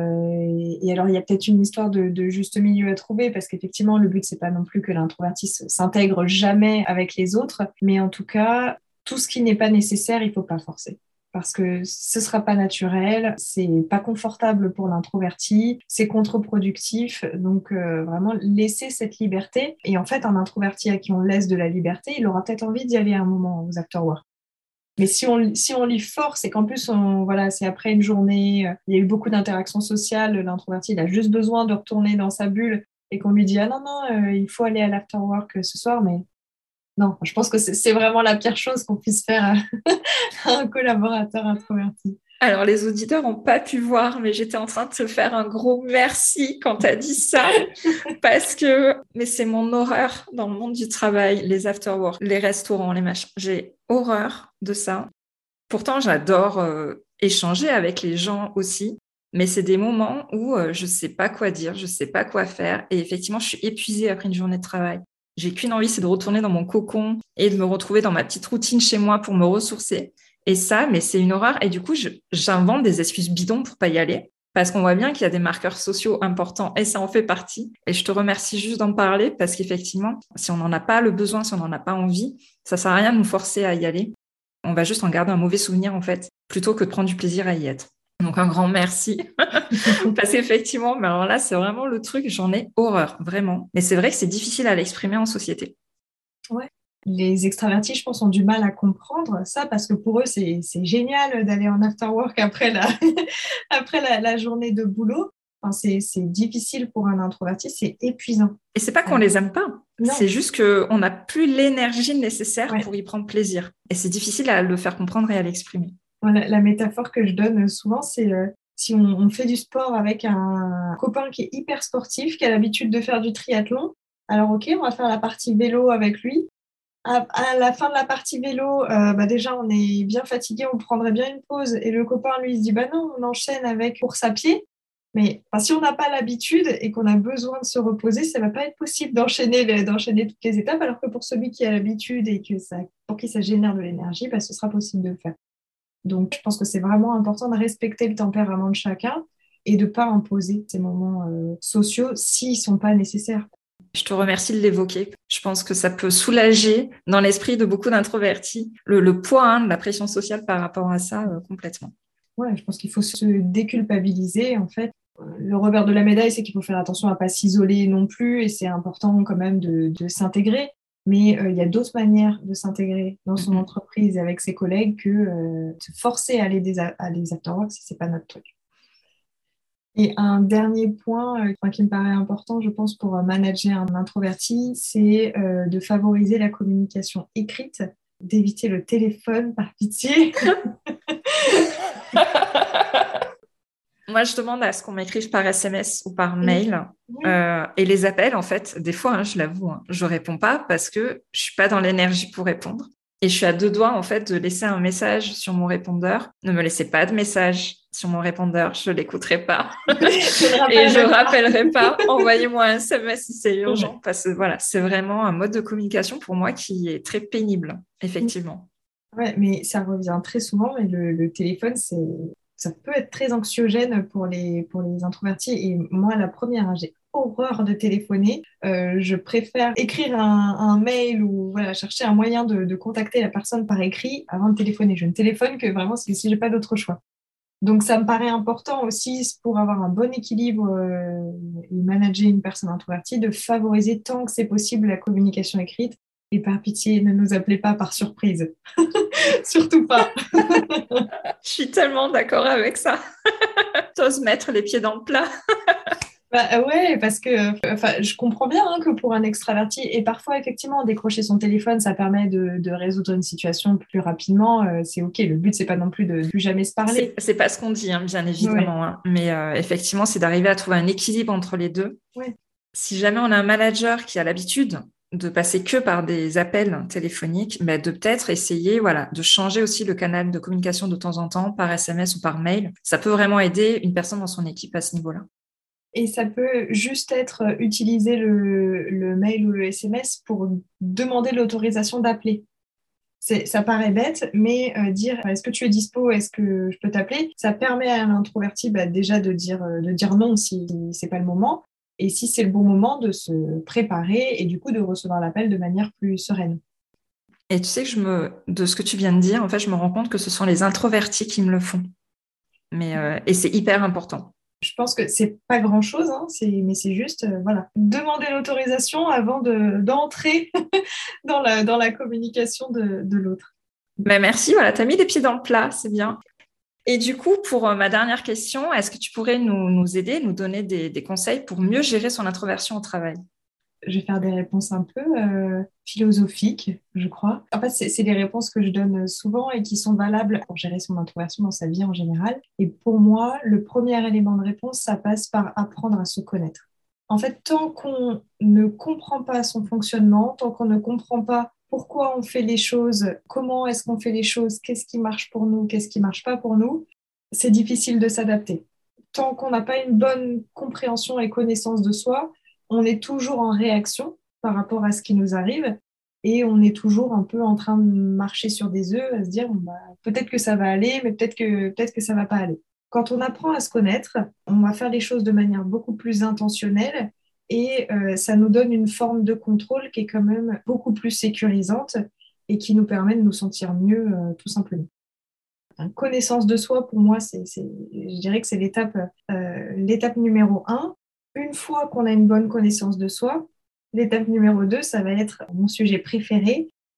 euh, et alors il y a peut-être une histoire de, de juste milieu à trouver parce qu'effectivement le but c'est pas non plus que l'introverti s'intègre jamais avec les autres, mais en tout cas tout ce qui n'est pas nécessaire, il faut pas forcer. Parce que ce ne sera pas naturel, c'est pas confortable pour l'introverti, c'est contre-productif. Donc, euh, vraiment, laisser cette liberté. Et en fait, un introverti à qui on laisse de la liberté, il aura peut-être envie d'y aller à un moment aux afterworks. Mais si on, si on l'y force et qu'en plus, on, voilà, c'est après une journée, euh, il y a eu beaucoup d'interactions sociales, l'introverti, il a juste besoin de retourner dans sa bulle et qu'on lui dit « Ah non, non, euh, il faut aller à l'afterwork ce soir », mais non, je pense que c'est, c'est vraiment la pire chose qu'on puisse faire à, à un collaborateur introverti. Alors, les auditeurs n'ont pas pu voir, mais j'étais en train de te faire un gros merci quand tu as dit ça, parce que mais c'est mon horreur dans le monde du travail, les afterworks, les restaurants, les machins. J'ai horreur de ça. Pourtant, j'adore euh, échanger avec les gens aussi, mais c'est des moments où euh, je ne sais pas quoi dire, je ne sais pas quoi faire, et effectivement, je suis épuisée après une journée de travail. J'ai qu'une envie, c'est de retourner dans mon cocon et de me retrouver dans ma petite routine chez moi pour me ressourcer. Et ça, mais c'est une horreur. Et du coup, je, j'invente des excuses bidons pour pas y aller parce qu'on voit bien qu'il y a des marqueurs sociaux importants et ça en fait partie. Et je te remercie juste d'en parler parce qu'effectivement, si on n'en a pas le besoin, si on n'en a pas envie, ça sert à rien de nous forcer à y aller. On va juste en garder un mauvais souvenir, en fait, plutôt que de prendre du plaisir à y être. Donc, un grand merci. Parce qu'effectivement, mais alors là, c'est vraiment le truc, j'en ai horreur, vraiment. Mais c'est vrai que c'est difficile à l'exprimer en société. Ouais. Les extravertis, je pense, ont du mal à comprendre ça parce que pour eux, c'est, c'est génial d'aller en after work après la, après la, la journée de boulot. Enfin, c'est, c'est difficile pour un introverti, c'est épuisant. Et c'est pas qu'on les aime pas, Non. c'est juste qu'on n'a plus l'énergie nécessaire Ouais. pour y prendre plaisir. Et c'est difficile à le faire comprendre et à l'exprimer. La, la métaphore que je donne souvent, c'est euh, si on, on fait du sport avec un copain qui est hyper sportif, qui a l'habitude de faire du triathlon, alors ok, on va faire la partie vélo avec lui. À, à la fin de la partie vélo, euh, bah déjà on est bien fatigué, on prendrait bien une pause. Et le copain, lui, se dit, bah non, on enchaîne avec course à pied. Mais enfin, si on n'a pas l'habitude et qu'on a besoin de se reposer, ça ne va pas être possible d'enchaîner, les, d'enchaîner toutes les étapes, alors que pour celui qui a l'habitude et que ça, pour qui ça génère de l'énergie, bah, ce sera possible de le faire. Donc, je pense que c'est vraiment important de respecter le tempérament de chacun et de ne pas imposer ces moments euh, sociaux s'ils ne sont pas nécessaires. Je te remercie de l'évoquer. Je pense que ça peut soulager dans l'esprit de beaucoup d'introvertis le, le poids hein, de la pression sociale par rapport à ça euh, complètement. Ouais, je pense qu'il faut se déculpabiliser. En fait, le revers de la médaille, c'est qu'il faut faire attention à ne pas s'isoler non plus et c'est important quand même de, de s'intégrer. Mais euh, il y a d'autres manières de s'intégrer dans son mm-hmm. entreprise et avec ses collègues que euh, se forcer à aller des, à des after-work si ce n'est pas notre truc. Et un dernier point euh, qui me paraît important, je pense, pour manager un introverti, c'est euh, de favoriser la communication écrite, d'éviter le téléphone par pitié. Moi, je demande à ce qu'on m'écrive par S M S ou par mail. Oui. Euh, et les appels, en fait, des fois, hein, je l'avoue, hein, je réponds pas parce que je suis pas dans l'énergie pour répondre. Et je suis à deux doigts, en fait, de laisser un message sur mon répondeur. Ne me laissez pas de message sur mon répondeur, je l'écouterai pas. je et je rappellerai pas. Envoyez-moi un S M S si c'est urgent. Oui. Parce que voilà, c'est vraiment un mode de communication pour moi qui est très pénible, effectivement. Ouais, mais ça revient très souvent. Mais le, le téléphone, c'est... ça peut être très anxiogène pour les, pour les introvertis. Et moi, la première, hein, j'ai horreur de téléphoner. Euh, je préfère écrire un, un mail ou voilà, chercher un moyen de, de contacter la personne par écrit avant de téléphoner. Je ne téléphone que vraiment si, si je n'ai pas d'autre choix. Donc, ça me paraît important aussi pour avoir un bon équilibre euh, et manager une personne introvertie, de favoriser tant que c'est possible la communication écrite. Et par pitié, ne nous appelez pas par surprise. Surtout pas. Je suis tellement d'accord avec ça. T'oses mettre les pieds dans le plat. Bah, ouais, parce que enfin, je comprends bien hein, que pour un extraverti, et parfois, effectivement, décrocher son téléphone, ça permet de, de résoudre une situation plus rapidement. Euh, c'est OK. Le but, c'est pas non plus de plus jamais se parler. C'est, c'est pas ce qu'on dit, hein, bien évidemment. Ouais. Hein. Mais euh, effectivement, c'est d'arriver à trouver un équilibre entre les deux. Ouais. Si jamais on a un manager qui a l'habitude de passer que par des appels téléphoniques, bah de peut-être essayer voilà, de changer aussi le canal de communication de temps en temps par S M S ou par mail. Ça peut vraiment aider une personne dans son équipe à ce niveau-là. Et ça peut juste être utiliser le, le mail ou le S M S pour demander l'autorisation d'appeler. C'est, ça paraît bête, mais euh, dire est-ce que tu es dispo, est-ce que je peux t'appeler, ça permet à l'introverti bah, déjà de dire, de dire non si c'est pas le moment. Et si c'est le bon moment, de se préparer et du coup de recevoir l'appel de manière plus sereine. Et tu sais que je me, de ce que tu viens de dire, en fait, je me rends compte que ce sont les introvertis qui me le font. Mais, euh, et c'est hyper important. Je pense que c'est pas grand-chose, hein, c'est, mais c'est juste euh, voilà, demander l'autorisation avant de, d'entrer dans, la, dans la communication de, de l'autre. Ben merci, voilà, tu as mis les pieds dans le plat, c'est bien. Et du coup, pour ma dernière question, est-ce que tu pourrais nous, nous aider, nous donner des, des conseils pour mieux gérer son introversion au travail ? Je vais faire des réponses un peu euh, philosophiques, je crois. En fait, c'est, c'est des réponses que je donne souvent et qui sont valables pour gérer son introversion dans sa vie en général. Et pour moi, le premier élément de réponse, ça passe par apprendre à se connaître. En fait, tant qu'on ne comprend pas son fonctionnement, tant qu'on ne comprend pas pourquoi on fait les choses, comment est-ce qu'on fait les choses, qu'est-ce qui marche pour nous, qu'est-ce qui ne marche pas pour nous, c'est difficile de s'adapter. Tant qu'on n'a pas une bonne compréhension et connaissance de soi, on est toujours en réaction par rapport à ce qui nous arrive et on est toujours un peu en train de marcher sur des œufs, à se dire bon, bah, peut-être que ça va aller, mais peut-être que, peut-être que ça ne va pas aller. Quand on apprend à se connaître, on va faire les choses de manière beaucoup plus intentionnelle et euh, ça nous donne une forme de contrôle qui est quand même beaucoup plus sécurisante et qui nous permet de nous sentir mieux euh, tout simplement. Une connaissance de soi, pour moi, c'est, c'est, je dirais que c'est l'étape, euh, l'étape numéro un. Une fois qu'on a une bonne connaissance de soi, l'étape numéro deux, ça va être mon sujet préféré,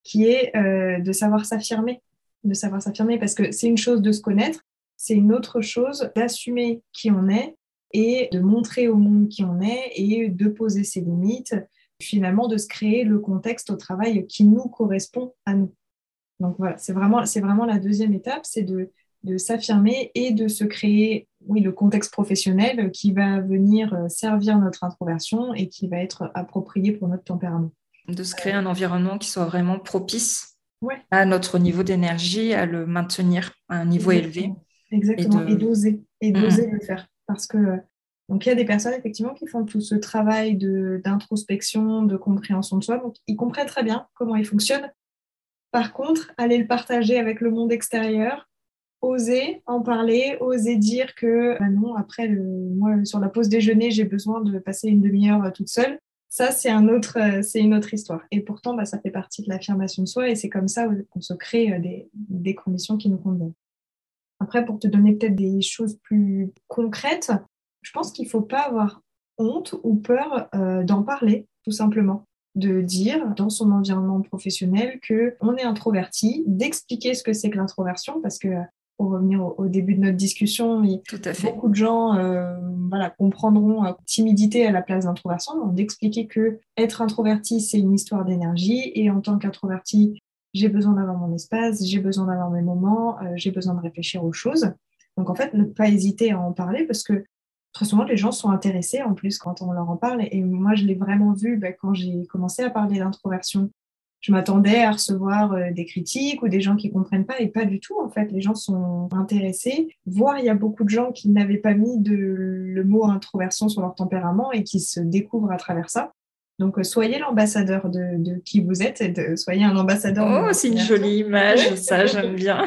qui est euh, de savoir s'affirmer, de savoir s'affirmer, parce que c'est une chose de se connaître, c'est une autre chose d'assumer qui on est et de montrer au monde qui on est et de poser ses limites, finalement de se créer le contexte au travail qui nous correspond à nous. Donc voilà, c'est vraiment, c'est vraiment la deuxième étape, c'est de, de s'affirmer et de se créer, oui, le contexte professionnel qui va venir servir notre introversion et qui va être approprié pour notre tempérament. De se créer un environnement qui soit vraiment propice ouais. à notre niveau d'énergie, à le maintenir à un niveau Exactement. élevé. Exactement, et, de... et d'oser, et d'oser mmh. le faire. Parce que, donc il y a des personnes effectivement qui font tout ce travail de, d'introspection, de compréhension de soi, donc ils comprennent très bien comment ils fonctionnent. Par contre, aller le partager avec le monde extérieur, oser en parler, oser dire que bah non, après, le, moi, sur la pause déjeuner, j'ai besoin de passer une demi-heure toute seule. Ça, c'est, un autre, c'est une autre histoire. Et pourtant, bah, ça fait partie de l'affirmation de soi et c'est comme ça qu'on se crée des, des conditions qui nous conviennent. Après, pour te donner peut-être des choses plus concrètes, je pense qu'il ne faut pas avoir honte ou peur euh, d'en parler, tout simplement. De dire dans son environnement professionnel qu'on est introverti, d'expliquer ce que c'est que l'introversion, parce que, pour revenir au, au début de notre discussion, Tout à fait. beaucoup de gens euh, voilà, comprendront euh, timidité à la place d'introversion, donc d'expliquer que être introverti, c'est une histoire d'énergie, et en tant qu'introverti, j'ai besoin d'avoir mon espace, j'ai besoin d'avoir mes moments, euh, j'ai besoin de réfléchir aux choses. Donc en fait, ne pas hésiter à en parler, parce que très souvent, les gens sont intéressés en plus quand on leur en parle. Et moi, je l'ai vraiment vu bah, quand j'ai commencé à parler d'introversion. Je m'attendais à recevoir euh, des critiques ou des gens qui ne comprennent pas, et pas du tout. En fait, les gens sont intéressés. Voire, il y a beaucoup de gens qui n'avaient pas mis de, le mot introversion sur leur tempérament et qui se découvrent à travers ça. Donc, euh, soyez l'ambassadeur de, de qui vous êtes et de, soyez un ambassadeur oh, de Oh, c'est une jolie image, ça, j'aime bien.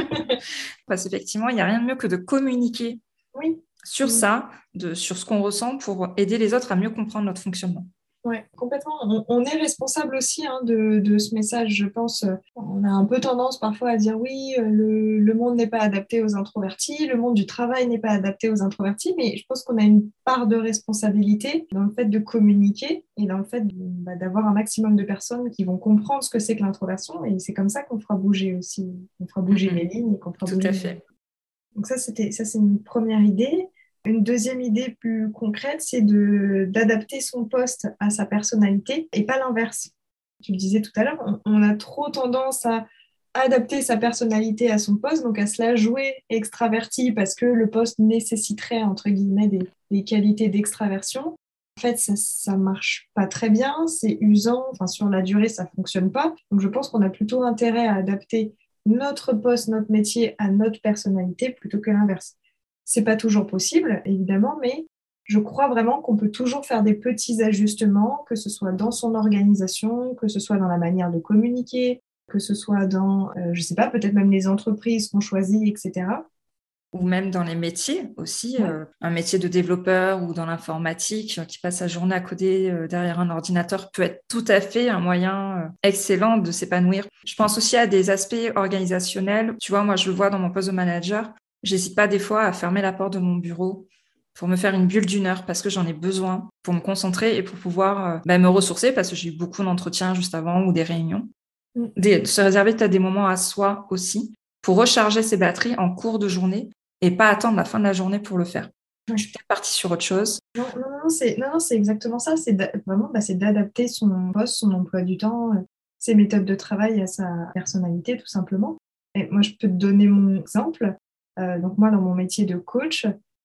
Parce qu'effectivement, il n'y a rien de mieux que de communiquer oui. sur mmh. ça, de, sur ce qu'on ressent pour aider les autres à mieux comprendre notre fonctionnement. Oui, complètement. On, on est responsable aussi hein, de, de ce message, je pense. On a un peu tendance parfois à dire oui, le, le monde n'est pas adapté aux introvertis, le monde du travail n'est pas adapté aux introvertis, mais je pense qu'on a une part de responsabilité dans le fait de communiquer et dans le fait de, bah, d'avoir un maximum de personnes qui vont comprendre ce que c'est que l'introversion, et c'est comme ça qu'on fera bouger aussi, qu'on fera bouger mmh. les lignes et qu'on fera Tout bouger à les fait. lignes. Donc ça, c'était, ça, c'est une première idée. Une deuxième idée plus concrète, c'est de, d'adapter son poste à sa personnalité et pas l'inverse. Tu le disais tout à l'heure, on, on a trop tendance à adapter sa personnalité à son poste, donc à se la jouer extravertie parce que le poste nécessiterait, entre guillemets, des, des qualités d'extraversion. En fait, ça ne marche pas très bien, c'est usant, enfin, sur la durée, ça ne fonctionne pas. Donc je pense qu'on a plutôt intérêt à adapter notre poste, notre métier à notre personnalité plutôt que l'inverse. C'est pas toujours possible, évidemment, mais je crois vraiment qu'on peut toujours faire des petits ajustements, que ce soit dans son organisation, que ce soit dans la manière de communiquer, que ce soit dans, euh, je sais pas, peut-être même les entreprises qu'on choisit, et cetera. Ou même dans les métiers aussi, ouais. euh, un métier de développeur ou dans l'informatique euh, qui passe sa journée à coder euh, derrière un ordinateur peut être tout à fait un moyen euh, excellent de s'épanouir. Je pense aussi à des aspects organisationnels. Tu vois, moi, je le vois dans mon poste de manager. J'hésite pas des fois à fermer la porte de mon bureau pour me faire une bulle d'une heure parce que j'en ai besoin pour me concentrer et pour pouvoir euh, bah, me ressourcer parce que j'ai eu beaucoup d'entretiens juste avant ou des réunions. Mm. Des, se réserver peut-être des moments à soi aussi pour recharger ses batteries en cours de journée et pas attendre la fin de la journée pour le faire. Je suis peut-être partie sur autre chose. Non, non, non, c'est, non, non, c'est exactement ça. C'est vraiment bah, c'est d'adapter son poste, son emploi du temps, ses méthodes de travail à sa personnalité, tout simplement. Et moi, je peux te donner mon exemple. Euh, donc moi, dans mon métier de coach,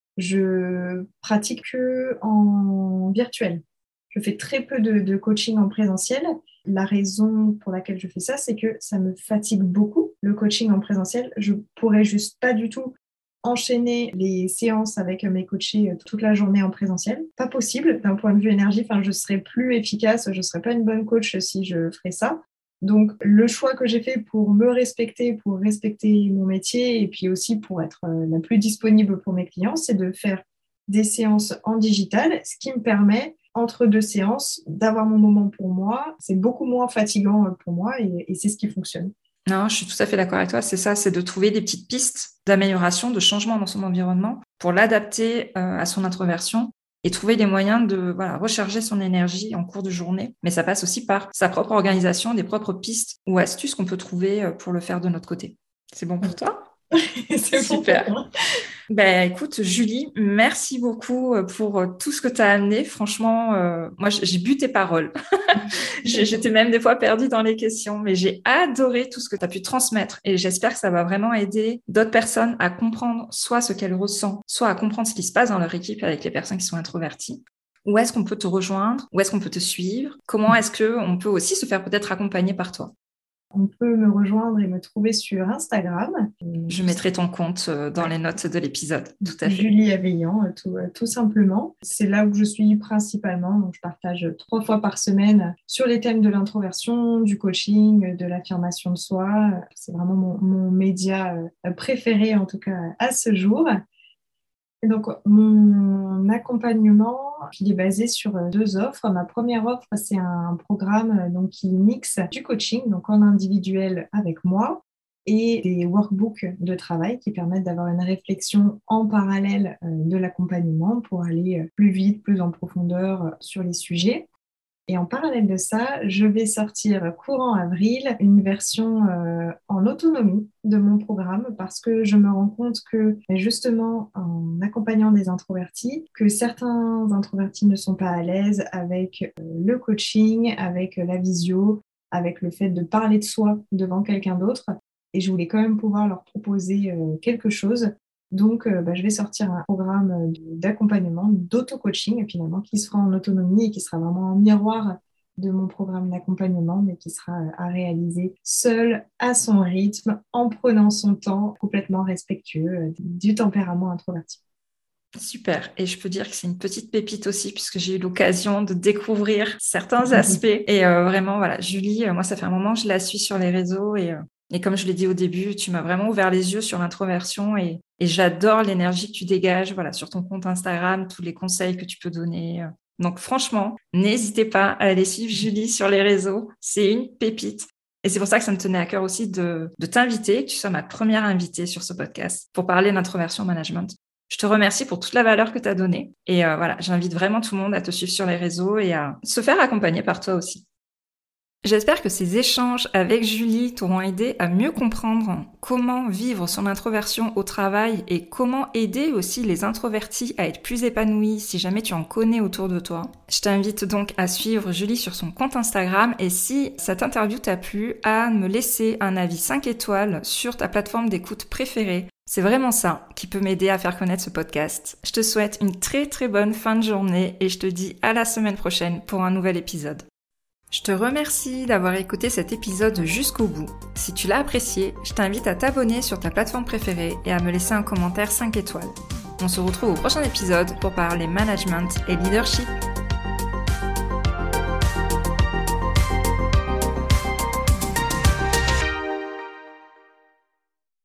je pratique que en virtuel. Je fais très peu de, de coaching en présentiel. La raison pour laquelle je fais ça, c'est que ça me fatigue beaucoup, le coaching en présentiel. Je pourrais juste pas du tout enchaîner les séances avec mes coachés toute la journée en présentiel. Pas possible d'un point de vue énergie. Enfin, je serais plus efficace, je serais pas une bonne coach si je ferais ça. Donc, le choix que j'ai fait pour me respecter, pour respecter mon métier et puis aussi pour être la plus disponible pour mes clients, c'est de faire des séances en digital, ce qui me permet, entre deux séances, d'avoir mon moment pour moi. C'est beaucoup moins fatigant pour moi et, et c'est ce qui fonctionne. Non, je suis tout à fait d'accord avec toi. C'est ça, c'est de trouver des petites pistes d'amélioration, de changement dans son environnement pour l'adapter euh, à son introversion et trouver les moyens de voilà, recharger son énergie en cours de journée. Mais ça passe aussi par sa propre organisation, des propres pistes ou astuces qu'on peut trouver pour le faire de notre côté. C'est bon pour toi ? C'est super. Bon pour moi. Ben, écoute, Julie, merci beaucoup pour tout ce que tu as amené. Franchement, euh, moi, j'ai bu tes paroles. J'étais même des fois perdue dans les questions, mais j'ai adoré tout ce que tu as pu transmettre et j'espère que ça va vraiment aider d'autres personnes à comprendre soit ce qu'elles ressentent, soit à comprendre ce qui se passe dans leur équipe avec les personnes qui sont introverties. Où est-ce qu'on peut te rejoindre? Où est-ce qu'on peut te suivre? Comment est-ce qu'on peut aussi se faire peut-être accompagner par toi? On peut me rejoindre et me trouver sur Instagram. Je mettrai ton compte dans les notes de l'épisode, tout à fait. Julie Aveillant, tout, tout simplement. C'est là où je suis principalement. Donc, je partage trois fois par semaine sur les thèmes de l'introversion, du coaching, de l'affirmation de soi. C'est vraiment mon, mon média préféré, en tout cas à ce jour. Et donc, mon accompagnement, il est basé sur deux offres. Ma première offre, c'est un programme donc, qui mixe du coaching, donc en individuel avec moi, et des workbooks de travail qui permettent d'avoir une réflexion en parallèle de l'accompagnement pour aller plus vite, plus en profondeur sur les sujets. Et en parallèle de ça, je vais sortir courant avril une version euh, en autonomie de mon programme parce que je me rends compte que justement en accompagnant des introvertis, que certains introvertis ne sont pas à l'aise avec euh, le coaching, avec la visio, avec le fait de parler de soi devant quelqu'un d'autre. Et je voulais quand même pouvoir leur proposer euh, quelque chose. Donc, euh, bah, je vais sortir un programme d'accompagnement, d'auto-coaching finalement, qui sera en autonomie et qui sera vraiment un miroir de mon programme d'accompagnement, mais qui sera à réaliser seul, à son rythme, en prenant son temps, complètement respectueux du tempérament introverti. Super. Et je peux dire que c'est une petite pépite aussi, puisque j'ai eu l'occasion de découvrir certains aspects. Et euh, vraiment, voilà, Julie, euh, moi, ça fait un moment que je la suis sur les réseaux et... Euh... Et comme je l'ai dit au début, tu m'as vraiment ouvert les yeux sur l'introversion et, et j'adore l'énergie que tu dégages voilà, sur ton compte Instagram, tous les conseils que tu peux donner. Donc franchement, n'hésitez pas à aller suivre Julie sur les réseaux. C'est une pépite. Et c'est pour ça que ça me tenait à cœur aussi de, de t'inviter, que tu sois ma première invitée sur ce podcast pour parler d'introversion management. Je te remercie pour toute la valeur que tu as donnée. Et euh, voilà, j'invite vraiment tout le monde à te suivre sur les réseaux et à se faire accompagner par toi aussi. J'espère que ces échanges avec Julie t'auront aidé à mieux comprendre comment vivre son introversion au travail et comment aider aussi les introvertis à être plus épanouis si jamais tu en connais autour de toi. Je t'invite donc à suivre Julie sur son compte Instagram et si cette interview t'a plu, à me laisser un avis cinq étoiles sur ta plateforme d'écoute préférée. C'est vraiment ça qui peut m'aider à faire connaître ce podcast. Je te souhaite une très très bonne fin de journée et je te dis à la semaine prochaine pour un nouvel épisode. Je te remercie d'avoir écouté cet épisode jusqu'au bout. Si tu l'as apprécié, je t'invite à t'abonner sur ta plateforme préférée et à me laisser un commentaire cinq étoiles. On se retrouve au prochain épisode pour parler management et leadership.